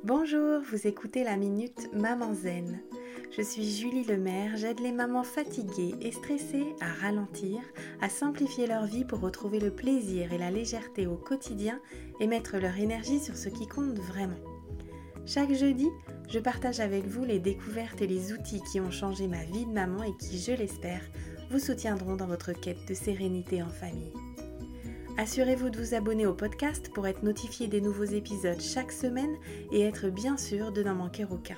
Bonjour, vous écoutez la Minute Maman Zen. Je suis Julie Lemaire, j'aide les mamans fatiguées et stressées à ralentir, à simplifier leur vie pour retrouver le plaisir et la légèreté au quotidien et mettre leur énergie sur ce qui compte vraiment. Chaque jeudi, je partage avec vous les découvertes et les outils qui ont changé ma vie de maman et qui, je l'espère, vous soutiendront dans votre quête de sérénité en famille. Assurez-vous de vous abonner au podcast pour être notifié des nouveaux épisodes chaque semaine et être bien sûr de n'en manquer aucun.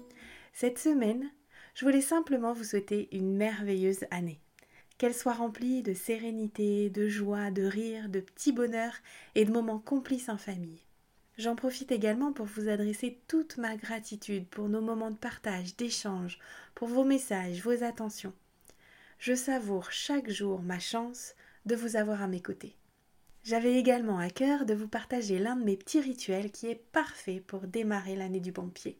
Cette semaine, je voulais simplement vous souhaiter une merveilleuse année. Qu'elle soit remplie de sérénité, de joie, de rire, de petits bonheurs et de moments complices en famille. J'en profite également pour vous adresser toute ma gratitude pour nos moments de partage, d'échange, pour vos messages, vos attentions. Je savoure chaque jour ma chance de vous avoir à mes côtés. J'avais également à cœur de vous partager l'un de mes petits rituels qui est parfait pour démarrer l'année du bon pied.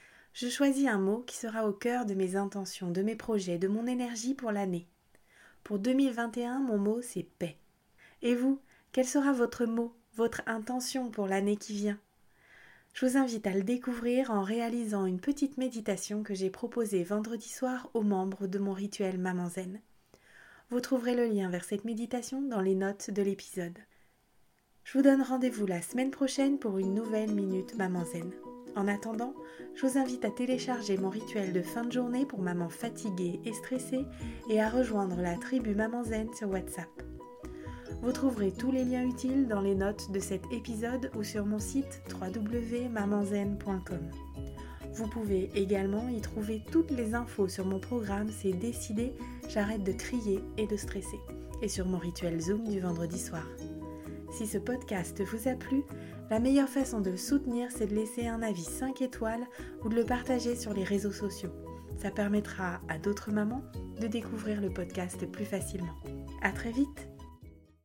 Je choisis un mot qui sera au cœur de mes intentions, de mes projets, de mon énergie pour l'année. Pour 2021, mon mot c'est paix. Et vous, quel sera votre mot, votre intention pour l'année qui vient ? Je vous invite à le découvrir en réalisant une petite méditation que j'ai proposée vendredi soir aux membres de mon rituel Maman Zen. Vous trouverez le lien vers cette méditation dans les notes de l'épisode. Je vous donne rendez-vous la semaine prochaine pour une nouvelle Minute Maman Zen. En attendant, je vous invite à télécharger mon rituel de fin de journée pour maman fatiguée et stressée et à rejoindre la tribu Maman Zen sur WhatsApp. Vous trouverez tous les liens utiles dans les notes de cet épisode ou sur mon site www.mamanzen.com. Vous pouvez également y trouver toutes les infos sur mon programme C'est décidé, j'arrête de crier et de stresser et sur mon rituel Zoom du vendredi soir. Si ce podcast vous a plu, la meilleure façon de le soutenir, c'est de laisser un avis 5 étoiles ou de le partager sur les réseaux sociaux. Ça permettra à d'autres mamans de découvrir le podcast plus facilement. À très vite!